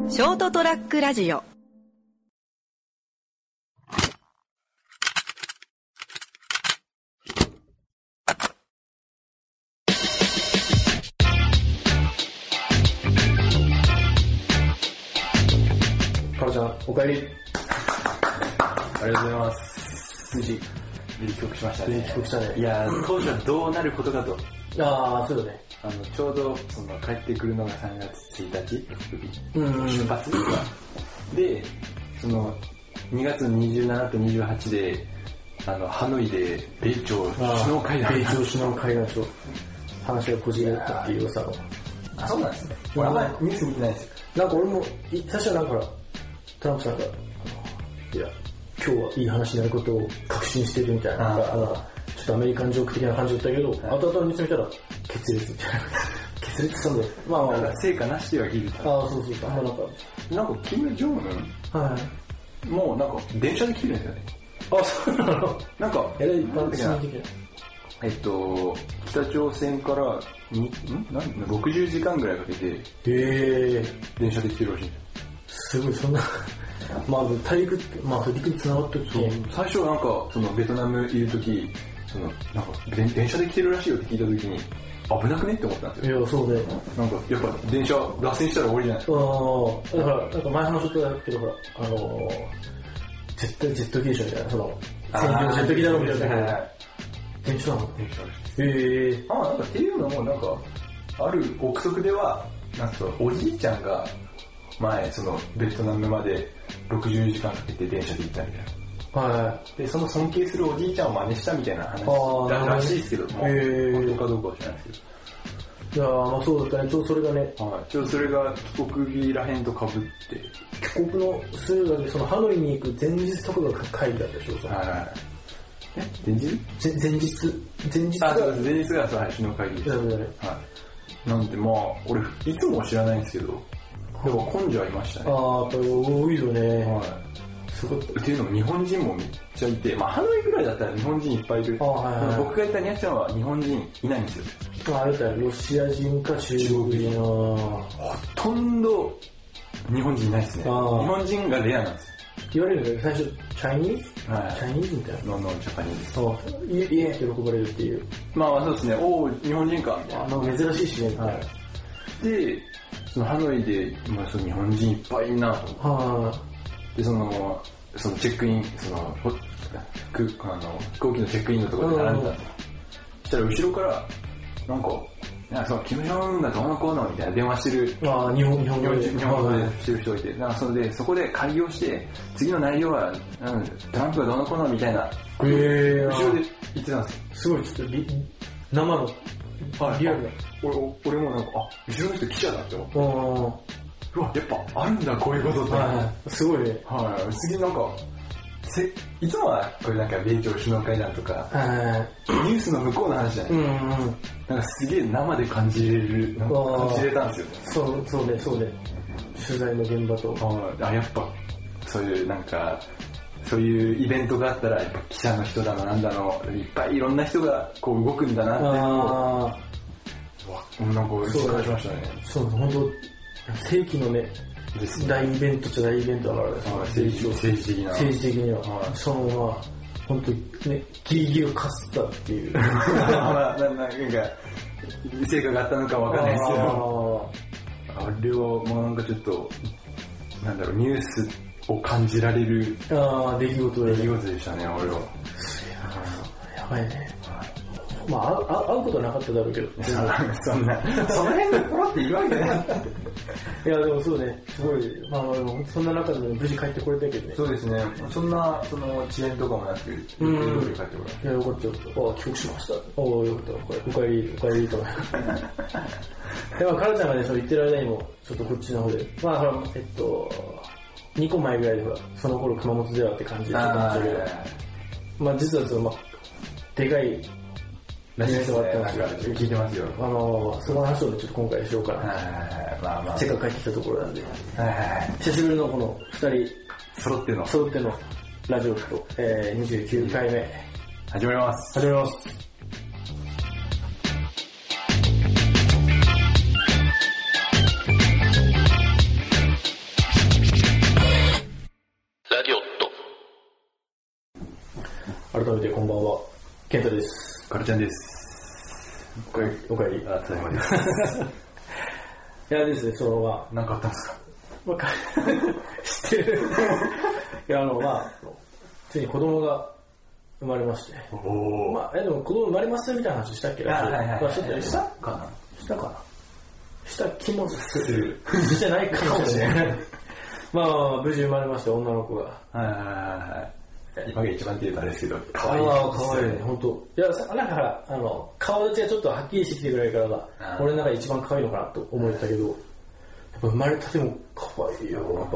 ショートトラックラジオ。 カロちゃん、お帰り。 ありがとうございます。無事帰国しましたね。 無事帰国したね。 いやー、当初はどうなることかと。 ああ、そうだね。 ちょうど帰ってくるのが3月1日、出発で、2月27と28で、ハノイで米朝首脳会談。 米朝首脳会談と話がこじれたっていう噂の。 あ、そうなんですね。俺あんまりニュース見てないですよ。 なんか俺も、最初はなんかトランプさんが、いや、今日はいい話になることを確信してるみたいな、ちょっとアメリカンジョーク的な感じだったけど、後々見つめたら、決裂みたいな。決裂したんだよ。 まあ、成果なしでは聞いてた。 ああ、そうそうそう。 なんか、キム・ジョンウンはい。 もうなんか、電車で来てるんですよね。 あ、そうなのなんか、 一般的な。 北朝鮮から60時間ぐらいかけて、電車で来てるらしいんですよ。すごい、そんな、まあ、大陸って、まあ、陸に繋がってると。 最初なんか、ベトナムいるとき、なんか、電車で来てるらしいよって聞いたときに、危なくねって思ったんですよ。 いや、そうね。 なんか、やっぱ電車、脱線したら終わりじゃないですか。 だから、なんか前話しとったけど、ほら、ジェット機でしょみたいな、専用ジェット機だろみたいな。電車なの？ 電車らしい。なんかっていうのも、なんか、ある憶測では、なんか、おじいちゃんが、前、ベトナムまで60時間かけて電車で行ったみたいな。 はい。 で、その尊敬するおじいちゃんを真似したみたいな話らしいですけども、本当かどうかは知らないですけど。いやー、まあそうだったね。ちょうどそれがね。 はい。ちょうどそれが帰国日らへんと被って。 帰国のするので、ハノイに行く前日とかが会議だったでしょ、 はい。前日が。 前日が首脳会議です。はい。なんでまあ、俺、いつも知らないんですけど、でも根性ありましたね。 ああ、やっぱり多いよね。 はい。すごい。っていうのも日本人もめっちゃいて、まあハノイぐらいだったら日本人いっぱいいる。僕がいたニャッチャンは日本人いないんですよ。 あれだよ、ロシア人か中国人ほとんど日本人いないですね。日本人がレアなんですよ。 言われるんだけど、最初、チャイニーズ？はい。チャイニーズみたいな。 ノンジャパニーズ。 そう。イエーって喜ばれるっていう。 まあそうですね。日本人かみたいな。珍しいしね。 はい。で、ハノイで、まあ、日本人いっぱいいるなと思って。で、チェックイン、飛行機のチェックインのところで並んでたんですよ。そしたら後ろから、なんか、キム・ジョンウンがどうのこうのみたいな電話してる。 日本語でしてる人がいて、そこで会議をして、次の内容は、トランプがどうのこうのみたいな、後ろで言ってたんですよ。 すごい、ちょっと生の、リアルな。 俺もなんか、後ろの人記者だって思って。うわ、やっぱあるんだ、こういうことって。 すごいね。 はい。次なんか、いつもはこれなんか米朝首脳会談とか、ニュースの向こうの話じゃないですか。なんかすげえ生で感じれたんですよね。 そうね。取材の現場と。 やっぱ、そういうイベントがあったら、やっぱ記者の人だのなんだの、いっぱいいろんな人がこう動くんだなっていうのを、なんか実感しましたね。 そう、本当世紀のね、大イベントっちゃ大イベントだから政治的には。まあ、本当にね、ギリギリをかすったっていう。 なんか、成果があったのかわかんないですけど、あれは、まあなんかちょっと、ニュースを感じられる出来事でしたね、俺は。 やばいね。まあ、会うことはなかっただろうけど。 その辺のところって言うわけない。 いや、でもそうね、すごい、まあ、そんな中でも無事帰ってこれたけどね。 そうですね、そんな、遅延とかもなく、帰ってこれいや、よかったよ。帰国しました。よかった。お帰りとか。でも、カラちゃんがね、そう言ってる間にも、ちょっとこっちの方で、まあ、2個前ぐらいでその頃熊本ではって感じでちょっと話したけど、まあ、実はでかい、 聞いてますよ。 その話をちょっと今回しようかな。せっかく帰ってきたところなんで。久しぶりのこの2人揃ってのラジオと、29回目。 始まります。 改めてこんばんは、健太です。 カルちゃんです。 おかえり。 ただいまです。 いやですね、 なんかあったんですか？ 知ってる。いや、ついに子供が生まれまして。でも子供生まれますみたいな話したっけ？ したかな？ した気もする。してないかもしれない。無事生まれました、女の子が。 今が一番って言うとあれですけど、可愛い。 可愛いね、本当。いや、なんか顔立ちがちょっとはっきりしてきてくらいから俺の中で一番可愛いのかなと思ったけど、やっぱ生まれたても可愛いよ、やっ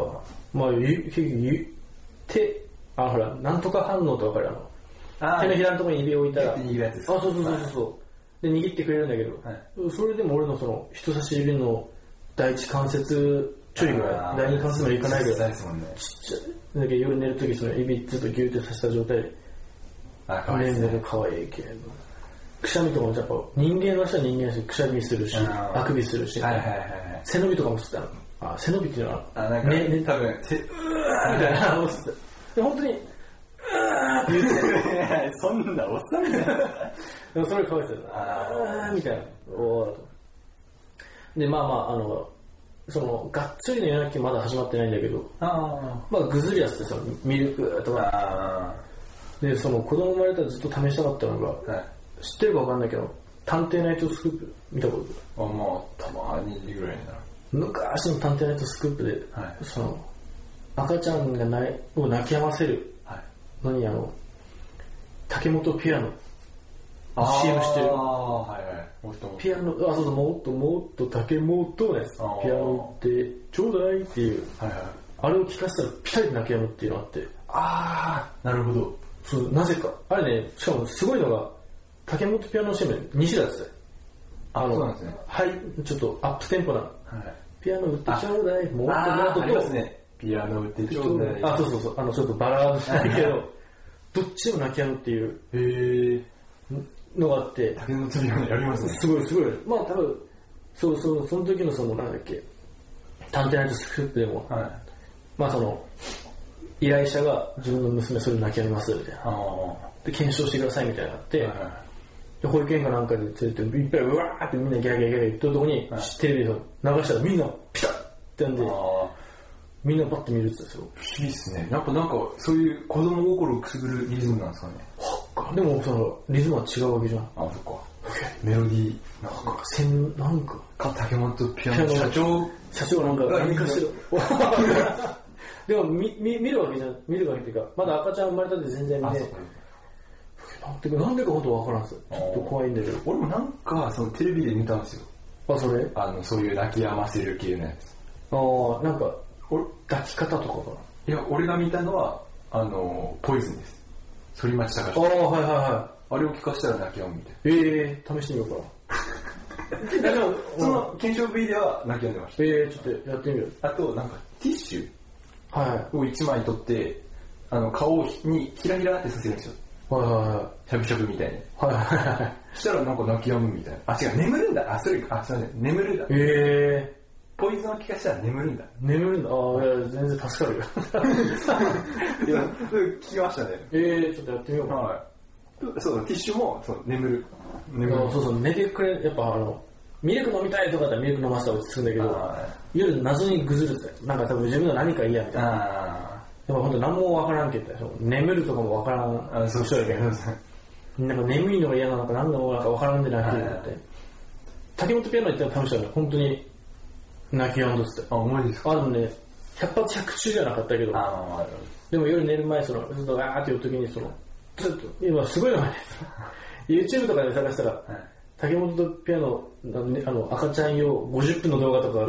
ぱ。なんとか反応とか分かる手のひらのところに指を置いたら。 握るやつですか？ そう。で、握ってくれるんだけど、それでも俺の人差し指の第一関節ちょいぐらい、第二関節までいかないぐらい。ちっちゃい。だけど夜寝るとき指ずっとギューってさせた状態で寝るのが可愛いけど、くしゃみとかもやっぱ人間の人は人間だし、くしゃみするし、あくびするし、背伸びとかもしてたの。背伸びっていうのは多分みたいなのをしてた。本当にって言ってそんなおっさんみたいな。 でもそれ可愛いですよ。みたいな。で、がっつりの夜泣きまだ始まってないんだけど、ぐずりやすってミルクとか。で、子供生まれたらずっと試したかったのが、知ってるかわかんないけど、探偵ナイトスクープ見たことたまにぐらいになる。 昔の探偵ナイトスクープで、赤ちゃんがを泣き止ませるのに、竹本ピアノ、CM してる。ピアノ、もっと竹本です。ピアノってちょうだいっていう、あれを聞かせたらピタリと泣き止むっていうのがあって。 なるほど。 そう、なぜか。あれね、しかもすごいのが、竹本ピアノの CM 2種類だってたよ。 そうなんですね。 ちょっとアップテンポな。ピアノ売ってちょうだい、もっとありますね。ピアノ売ってちょうだい。 そう。ちょっとバラードじゃないけど、どっちでも泣き止むっていうのがあって。 竹本ピアノやりますね。 すごい。多分、その時のなんだっけ、探偵ナイトスクープでも、依頼者が自分の娘それ泣き止みますみたいな。で、検証してくださいみたいなのがあって、で保育園かなんかで連れていっぱいうわーってみんなギャーギャーギャー言ってるとこに、テレビで流したらみんなピタッってやんで、みんなパッて見るって言ったんですよ。 不思議っすね。なんかそういう子供心をくすぐるリズムなんですかね。 でもリズムは違うわけじゃん。 そっか。メロディーなんか竹本ピアノ社長なんか何かしてる。でも見るわけっていうか、まだ赤ちゃん生まれたって全然見て、なんでか本当わからんすよ。ちょっと怖いんだけど。 俺もなんかテレビで見たんですよ。 それ？ そういう泣き止ませる系のやつ。 なんか抱き方とかかな。いや、俺が見たのはポイズンです。反町隆史。あれを聞かせたら泣き止むみたいな。 試してみようかな。 その検証 V では泣き止んでました。 ちょっとやってみる。 あとなんかティッシュを1枚取って顔にキラキラってさせるんですよ。しゃぶしゃぶみたいに。したらなんか泣き止むみたいな。違う、眠るんだ。すいません、眠るんだ。ポイズンを聞かせたら眠るんだ。 いや、全然助かるよ。 いや、聞きましたね。 ちょっとやってみようかな。 そうだ、ティッシュも寝る。 そう、寝てくれ、やっぱミルク飲みたいとかだったらミルク飲ませたら落ち着くんだけど、夜謎にぐずるって、なんか多分自分の何か嫌みたいな。やっぱ本当何もわからんけど、眠るとかもわからん人やけど、なんか眠いのが嫌なのか何なのかわからんで泣き止むって。竹本ピアノ行ったら試したら本当に泣き止んどって。 重いですか？ でもね、100発100中じゃなかったけど、でも夜寝る前ずっとガーって言う時にずっと、今すごいのがね、YouTube とかで探したら、竹本ピアノ赤ちゃん用50分の動画とか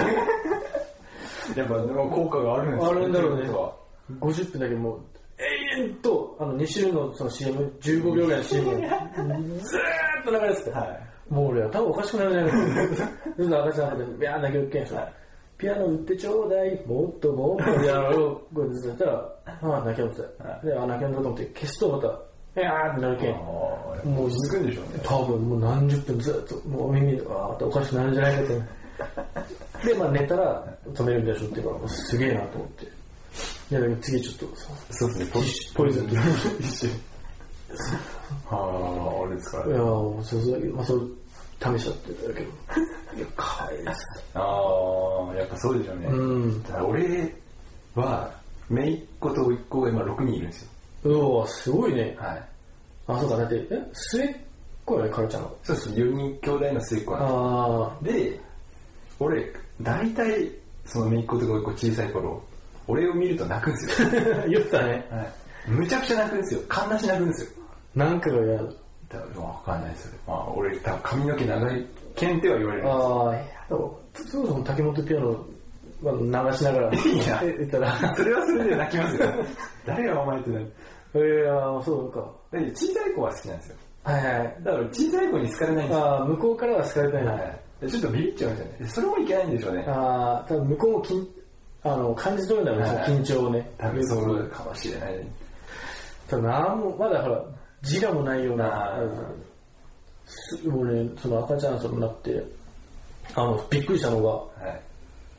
やっぱ効果があるんですよ。 あるんだろうね。50分だけもう永遠と2種類のCM、15秒ぐらいの CM がずーっと流れてて、もう俺は多分おかしくなるじゃないですか。ずっと赤ちゃんでビャー泣き起きんすよ。ピアノ売ってちょうだい、もっとやろう、これずっとやったら、泣き止んでた。で、泣き止んだと思って消すとまた、ってなるけん。 もう続くんでしょうね。 多分もう何十分ずっと、もう耳で、またおかしくなるんじゃないかと。で、寝たら止めるみたいな人っていうから、すげえなと思って。いや、次ちょっと、 そうですね、 ポイズンとああ、あれですか。 いやそう試しちゃってるだけど。いや、可愛いです。 ああ、やっぱそうでしょうね。だから俺は、姪っ子と甥っ子が今6人いるんですよ。 うわ、すごいね。 はい。 あ、そうか、だって、末っ子よね、カルちゃんの。 そうです、4人兄弟の末っ子なんです。で、俺、大体、その姪っ子とか甥っ子小さい頃、俺を見ると泣くんですよ。 言ったね。 はい。むちゃくちゃ泣くんですよ。かんなし泣くんですよ。 なんかが嫌だ。 わかんないですよ。まあ、俺、多分髪の毛長い剣っては言われるんですよ。 ああ、そもそも竹本ピアノは流しながら言ったら。 それはそれで泣きますよ。誰がお前ってなる。 いや、そうか。 だって小さい子は好きなんですよ。 はいはい。 だから小さい子に好かれないんですよ。 ああ、向こうからは好かれたいな。 はい。ちょっとビビっちゃうんですよね。それもいけないんでしょうね。 ああ、多分向こうも感じ取るんだろうね、緊張をね。 多分そうかもしれない。 ただなんも、まだほら、自我もないような、もうね、その赤ちゃんになって、びっくりしたのが、はい、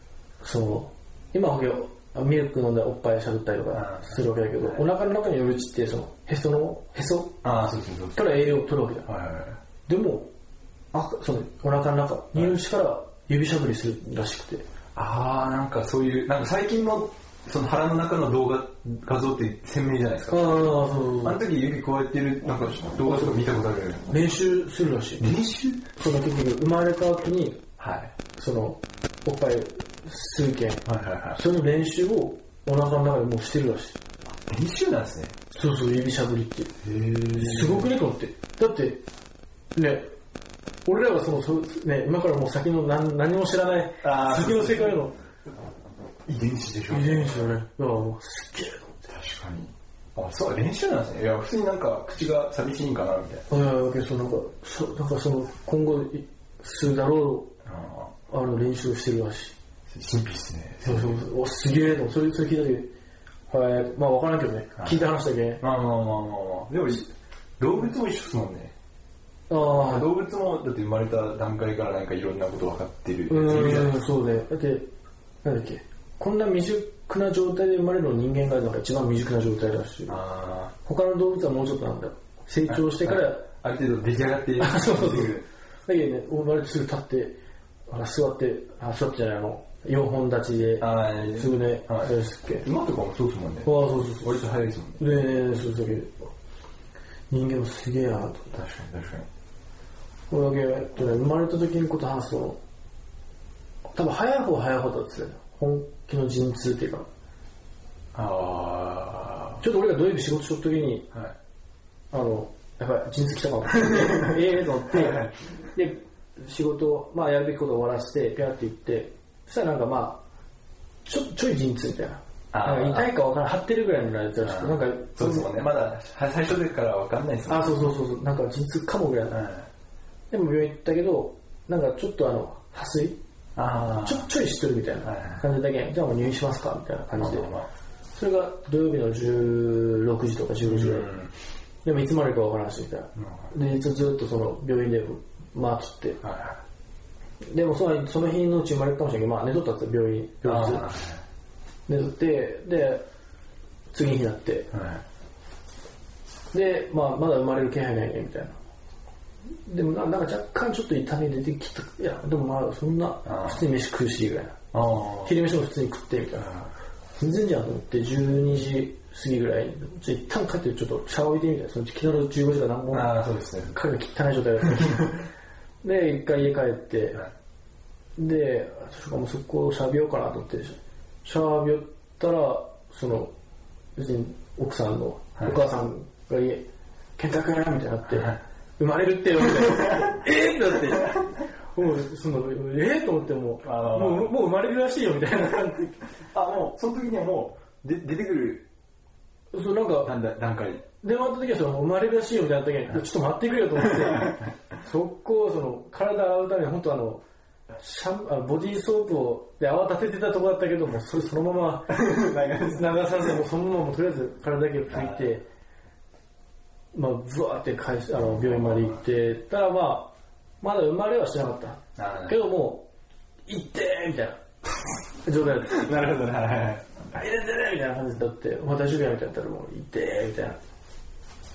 今ミルク飲んでおっぱいしゃぶったりとかするわけだけど、お腹の中による血って、へそから栄養を取るわけだ。はいはいはい、でも、お腹の中、入手から指しゃぶりするらしくて。 なんかそういう、なんか最近の、その腹の中の画像って鮮明じゃないですか。あの時指加えてるなんか動画とか見たことある。 練習するらしい。 練習？ 結局生まれた後に、 はい、 おっぱい数件、その練習をお腹の中でもうしてるらしい。練習なんですね。 そう、指しゃぶりって。すごくねと思って。だって、ね、俺らがね、今からもう先の何も知らない、先の世界の、 遺伝子でしょ。 遺伝子だね。もうすっげえと思って。 確かに。そう、練習なんですね。いや、普通になんか口が寂しいんかなみたいな。 なんか今後するだろう練習をしてるらしい。 神秘っすね。 そう。すげえと。それ聞いた時、まあ分からんけどね。聞いた話だけ。 まあ。でも、動物も一緒ですもんね。動物もだって生まれた段階からなんかいろんなこと分かってる。 そうね。だって、なんだっけ。こんな未熟な状態で生まれるの人間がなんか一番未熟な状態だし、他の動物はもうちょっとなんだ。成長してから、 ある程度出来上がっている。 そう。だけどね、生まれてすぐ立って、座ってじゃない4本立ちで、すぐね、そうですっけ。 馬とかもそうですもんね。 そう。 割と早いですもんね。 そうだけど、人間もすげえなと。 確かに。 これだけ、生まれた時にこと話すと、多分早い方だって言ってたよ。本気の陣痛っていうか。ちょっと俺が土曜日仕事しとった時に、やっぱり陣痛来たかも。と思って、で、仕事、やるべきことを終わらせて、ピャーって言って、そしたらなんかちょい陣痛みたいな。痛いか分からん、張ってるぐらいのやつらしくて、なんか、 そうですもんね。まだ最初でから分かんないですもんね。 そう。なんか陣痛かもぐらいな。でも病院行ったけど、なんかちょっと破水ちょい知ってるみたいな感じだけ、じゃあもう入院しますかみたいな感じで。それが土曜日の16時とか15時ぐらい。でもいつまでか分からんしみたいな。で、ずっと病院で回っとって。でもその日のうち生まれるかもしれないけど、寝とったって病室。寝とって、で、次の日になって。で、まだ生まれる気配ないねみたいな。でもなんか若干ちょっと痛み出てきた。いや、でもそんな、普通に飯食うしぐらいな。昼飯も普通に食ってみたいな。全然じゃんと思って12時過ぎぐらいに、一旦帰ってちょっとシャワー浴びてみたいな。昨日の15時が何も、彼が汚い状態だった。で、一回家帰って、で、もうそこをシャワー浴びようかなと思って、シャワー浴びよったら、別に奥さんの、お母さんが健太君やみたいになって、生まれるってよみたいな。ってなって。もうと思ってもう生まれるらしいよみたいな感じ。 もうその時にはもう出てくる。 そうなんか段階。 電話った時は生まれるらしいよみたいな時にちょっと待ってくれよと思って。速攻体洗うために本当ボディーソープで泡立ててたとこだったけどもそれそのまま流さずそのままとりあえず体だけ拭いて。ブワーって病院まで行ってたらまだ生まれはしてなかったけども行ってみたいな状態だった。 なるほどね。 入れてねみたいな感じだって大丈夫やみたいなったらもう行ってみたいな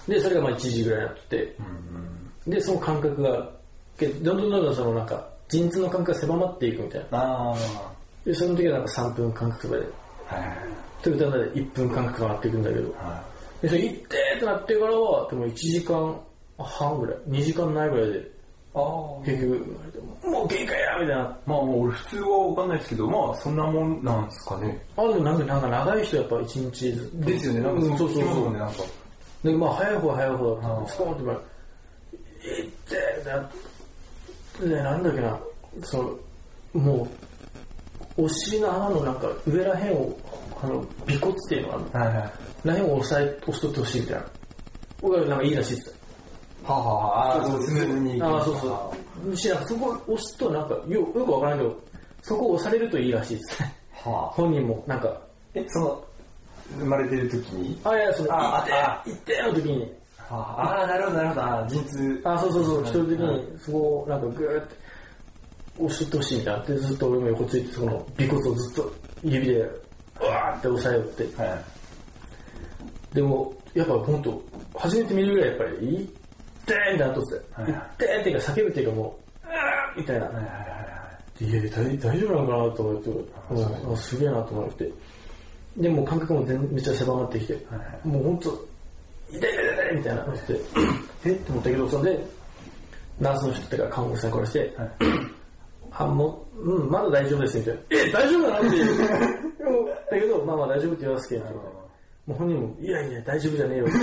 で、それがまあ1時ぐらいになってて、で、その間隔が、どんどんそのなんか、陣痛の間隔が狭まっていくみたいな。で、その時はなんか3分間隔とかで、という歌で1分間隔とかなっていくんだけど、で、それ行ってーってなってからは、でも1時間半ぐらい、2時間ないぐらいで、結局、もう限界やみたいな。 まあもう俺普通はわかんないですけど、まあそんなもんなんですかね。 でもなんか長い人やっぱ1日ずっと。 ですよね、なんかそう聞きますもんね、なんか。 で、まあ早い方は早い方だスコーンって行ってーって、なんだっけな、もう、お尻の穴のなんか上らへんを、尾骨っていうのがあるの。らへんを押しとってほしいみたいな。僕はなんかいいらしいです。 そうスムーズに。 そうそう。なんかそこ押すとなんかよくわからないけど、そこを押されるといいらしいですね。本人もなんか。 生まれてる時に？ いや、行っての時に。 なるほど、陣痛。 そう、一人的にそこをなんかグーって押してほしいみたいなって、ずっと俺も横ついて、その尾骨をずっと指で、うわーって押さえよって。でも、やっぱほんと、初めて見るぐらいやっぱり、いってーみたいなとって、いってーっていうか叫ぶっていうかもう、みたいな。いや、大丈夫なのかなと思って、すげえなと思って。でも感覚もめっちゃ狭まってきて、もうほんと、痛いみたいなのって、って思ったけど、それで、ナースの人とか看護師さんからして、まだ大丈夫ですみたいな。大丈夫なのって言う。だけど、まあ大丈夫って言わせて、もう本人も、いや大丈夫じゃねえよって。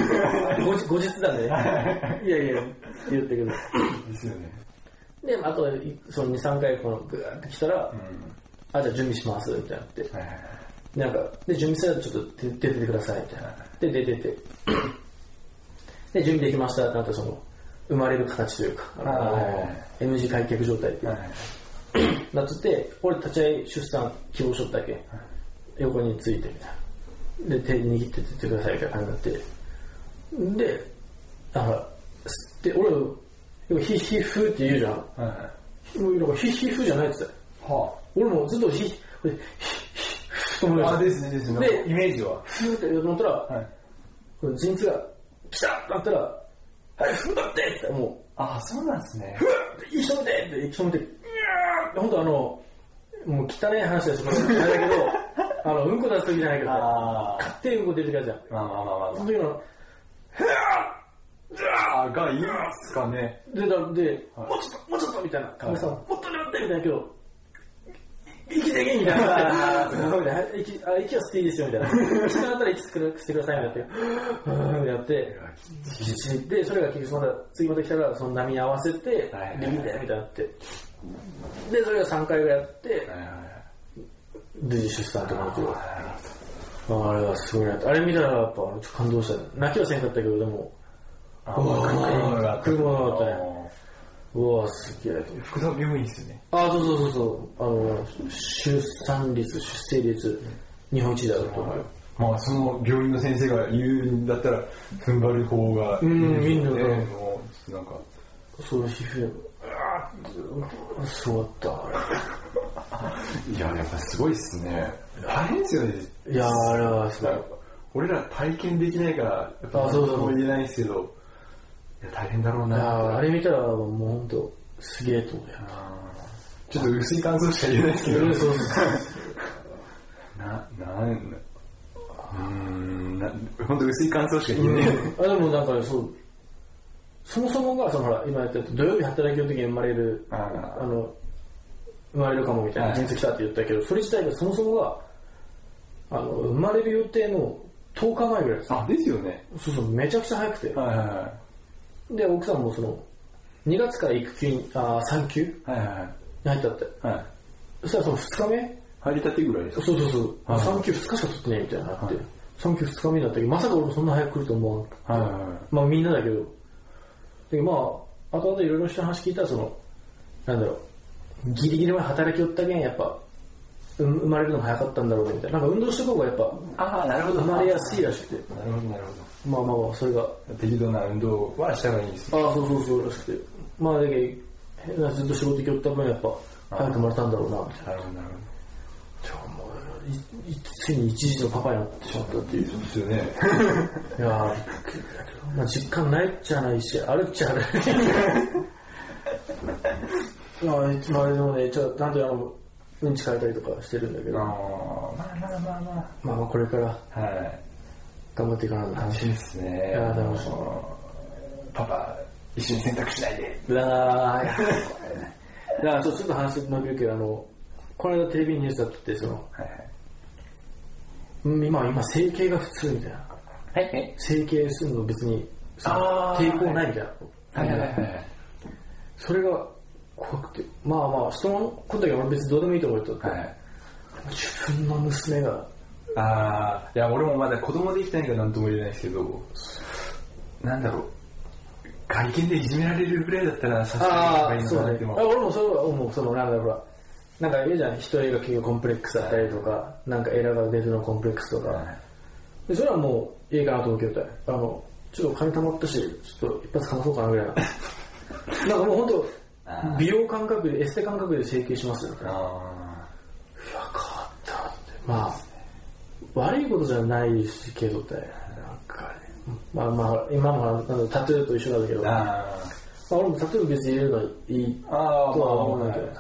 後日だね。いやって言ったけど。 ですよね。 で、あと、その2、3回グーって来たら、じゃあ準備します、みたいなって。なんか、で、準備したらちょっと出ててください、みたいな。で、出てて。で、準備できましたってなったら、生まれる形というか、M 字開脚状態ってなってて、俺立ち会い出産希望書だけ、横についてみたいな。で、手握っててくださいみたいな感じになって。で、俺、ヒヒフって言うじゃん。なんかヒヒフじゃないって言ったよ。俺もずっとヒヒと思いました。 ですね。で、イメージは。 フーって思ったら、陣痛が来たってなったら、はい、ふんだってってもう。そうなんですね。 ふって一緒でって一緒で、ほんともう汚い話だし、あれだけど、うんこ出す時じゃないけど、勝手にうんこ出てくるじゃん。その時の、 がいいですかね。 で、もうちょっとみたいな、看護師さんもっと待ってみたいなけど、息できんみたいな。息は吸っていいですよみたいな。きつくなったら息吸ってくださいみたいなやって、で、それが結局次また来たら、その波に合わせて、で、見てみたいになって。で、それが3回ぐらいやって、無事出産って感じで。あれはすごいなって。あれ見たらやっぱ感動したね。泣きはせんかったけど、でも、来るものがあったね。うわすげえ。 福沢病院ですよね。 そう。出生率、日本一だと思う。 まあその病院の先生が言うんだったら、踏ん張る方がいいみんななんか。 そう、皮膚、すごかった。 いや、やっぱすごいっすね。大変ですよね。 いや、あれはすごい。 俺ら体験できないから、やっぱそう言えないんですけど、大変だろうな。 あれ見たらもうほんとすげえと思うよ。 ちょっと薄い感想しか言えないですけど。ほんと薄い感想しか言えない。 でもなんかそもそもがほら今やってる土曜日働きの時に生まれるかもみたいな陣痛来たって言ったけど、それ自体がそもそもが生まれる予定の10日前ぐらいです。 ですよね。 そうめちゃくちゃ早くて。で、奥さんも2月から育休に、産休に入ったって。そしたら2日目入りたてぐらいですか？ そう。産休2日しか取ってねえみたいになって。産休2日目になったけど、まさか俺もそんな早く来ると思わなくて。まあみんなだけど。で、まあ、あといろいろ人の話聞いたら、ギリギリまで働きよったけん、やっぱ、生まれるのが早かったんだろうねみたいな。なんか運動しておく方がやっぱ、 なるほど。 生まれやすいらしくて。 なるほど。 まあ、それが。 適度な運動はした方がいいですね。 そうらしくて。まあ、だけど、ずっと仕事行きよった分やっぱ、早く生まれたんだろうな、みたいな。 ついに一時のパパになってしまったっていう。 そうですよね。 いやー、まあ、実感ないっちゃないし、あるっちゃある。まあ、でもね、なんとうんち変えたりとかしてるんだけど。まあこれから、頑張っていかないと楽しいですね。 いや楽しい。 パパ、一緒に洗濯しないで。 だからちょっと話伸びるけど、この間テレビニュースだって今整形が普通みたいな。整形するの別に抵抗ないみたいな。それが怖くて、まあ人のことだけ俺別にどうでもいいと思うと、自分の娘が。 いや俺もまだ子供できたいからなんとも言えないですけど、なんだろう。外見でいじめられるぐらいだったらさすがにいいのかなっても。 俺もそう思う。なんだろう、なんか言うじゃん、人描きがコンプレックスだったりとか、なんかエラが出るのコンプレックスとか。でそれはもういいかなと思うけど、ちょっと金貯まったし、ちょっと一発かまそうかなぐらいな。なんかもう本当美容感覚で、エステ感覚で整形しますよみたいな。いや、変わったって。まあ、悪いことじゃないしけどって、なんかね。まあ、今もタトゥーと一緒なんだけど、俺もタトゥー別に入れるのはいいとは思うんだけど。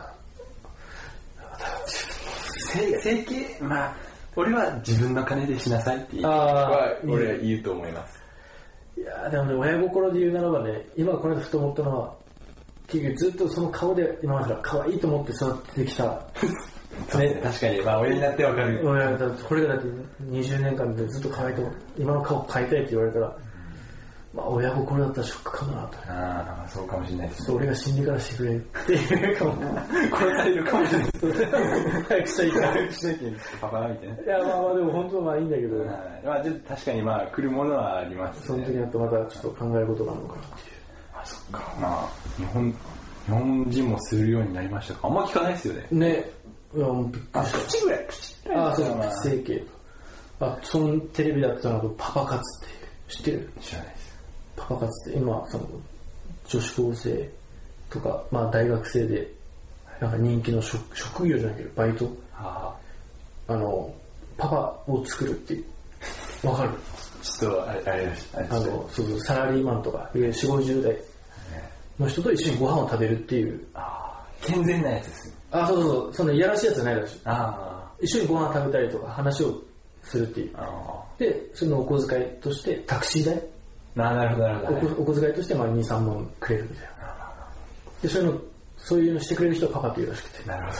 整形、まあ、俺は自分の金でしなさいって俺は言うと思います。 いやでもね、親心で言うならばね、今この間ふと思ったのは、結局ずっとその顔で今まで可愛いと思って育ってきた。 ね、確かに、まあ親になってわかる。 これがだって20年間でずっと可愛いと思って、今の顔変えたいって言われたら、まあ親心だったらショックかもなと。 そうかもしれないです。 俺が死んでからしてくれっていうかも。 殺されるかもしれないです。 早くしたいから。 早くしなきゃパパみたいな。 いやまあでも本当はまあいいんだけど。 まあ確かにまあ来るものはありますね。 その時になってまたちょっと考えることがあるのかなっていう。 そっか。まあ日本人もするようになりましたか。あんま聞かないですよね。 ね。いやもうびっくりした。 口ぐらい。 そうそう、整形と。そのテレビだったのパパ活っていう。知ってる？ 知らないです。 パパ活って今女子高生とか、まあ大学生でなんか人気の職業じゃないけどバイト、パパを作るっていうわかる？ ちょっとあれそうサラリーマンとか40、50代の人と一緒にご飯を食べるっていう。 健全なやつですね。 そう、そんないやらしいやつじゃないらしい。一緒にご飯食べたりとか話をするっていう。でそのお小遣いとしてタクシー代、 なるほど。 お小遣いとしてまあ2、3万くれるみたいな。でそういうのしてくれる人はパパっていうらしくて。 なるほ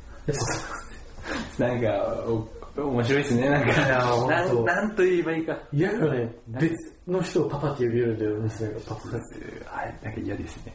ど。なんか面白いですね。なんと言えばいいか。 嫌だよね。別の人をパパって呼びよるんだよ、娘がパパって。 なんか嫌ですね。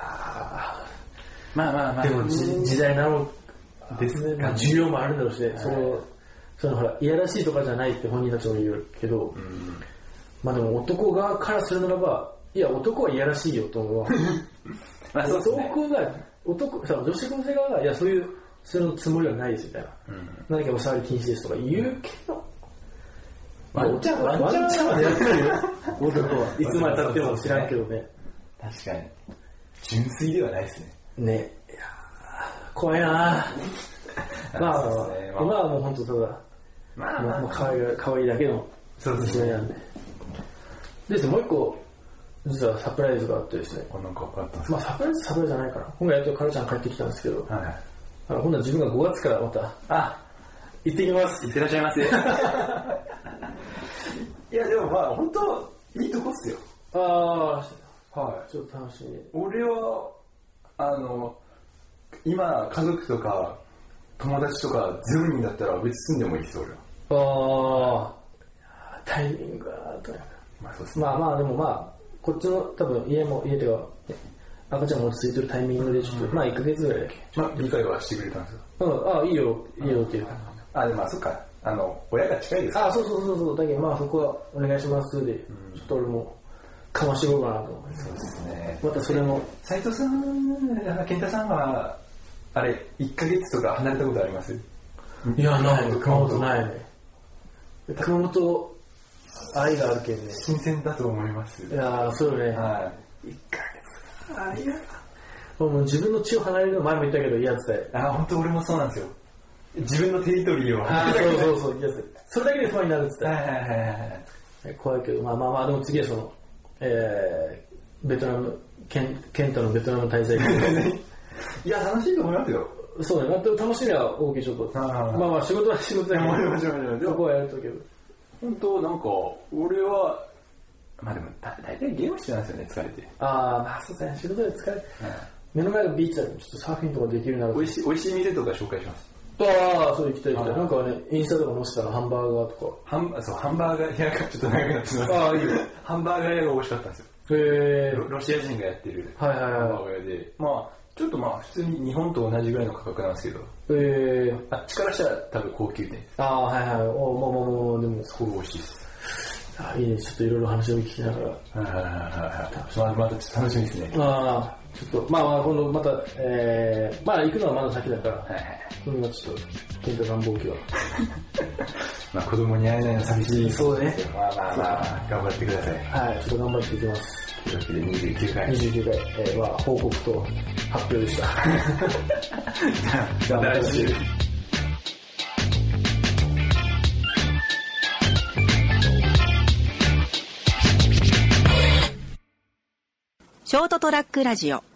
まあ。でも時代なのですね。需要もあるだろうしね。そのほら、いやらしいとかじゃないって本人たちも言うけど、まあでも男側からするならば、いや男はいやらしいよと思うわ。女子高生側がいやそのつもりはないですみたいな。何かお触り禁止ですとか言うけど、ワンチャンはやってるよ。男はいつまで経っても知らんけどね。 確かに純粋ではないですね。 ね、いや怖いな。まあ今はもう本当ただもう可愛いだけの娘なんで。ですもう一個実はサプライズがあってですね。まあサプライズじゃないかな。今回やっとカラちゃん帰ってきたんですけど、今度は自分が5月からまた行ってきます。 行ってらっしゃいませ。いやでもまあ本当いいとこっすよ。ちょっと楽しみ。俺は今家族とか友達とか0人だったら別に住んでもいいですよ俺は。 タイミングがと。 そうですね。 まあでもまあこっちの多分家というか赤ちゃんも落ち着いてるタイミングでちょっと、まあ1ヶ月ぐらいだけ。 理解はしてくれたんですよ。 いいよっていう。 でもそっか。親が近いですから。そうだけどまあそこはお願いしますで、ちょっと俺もかましていこうかなと思います。 そうですね。 またそれも斉藤さん、健太さんはあれ1ヶ月とか離れたことあります？ いやない。熊本ないね。熊本愛があるけんね。 新鮮だと思います。 いやそうね。1ヶ月。もう自分の血を離れるの前も言ったけど嫌ってたよ。 本当俺もそうなんですよ。 自分のテリトリーを。 そう。それだけで不安になるっつって。怖いけど、まあ、でも次はその、ベトナム、ケンタのベトナム滞在。 いや、楽しいと思いますよ。 そうね、楽しみは大きいちょっと。まあ、仕事は仕事だけど、そこはやるとけど。 本当なんか、俺は、まあでも、大体ゲームしてなんですよね、疲れて。 まあそうですね、仕事で疲れて。目の前のビーチだとちょっとサーフィンとかできるなら。 美味しい店とか紹介します。 そう行きたい。なんかね、インスタとか載せたらハンバーガーとか。 ハンバーガー屋がちょっと長くなってます。 いいよ。 ハンバーガー屋が美味しかったんですよ。ロシア人がやってるハンバーガー屋で、まあちょっとまあ普通に日本と同じぐらいの価格なんですけど、あっちからしたら多分高級店。 まあでもすごく美味しいです。 いいね、ちょっといろいろ話を聞きながら。 またちょっと楽しみですね。 ちょっと、まあ今度また、まあ行くのはまだ先だから、今ちょっと、ケンタ願望期は。 まあ子供に会えないの寂しい。 そうね。 まあ、頑張ってください。 はい、ちょっと頑張っていきます。 というわけで29回。 29回、報告と発表でした。 じゃあ、来週。 ショートトラックラジオ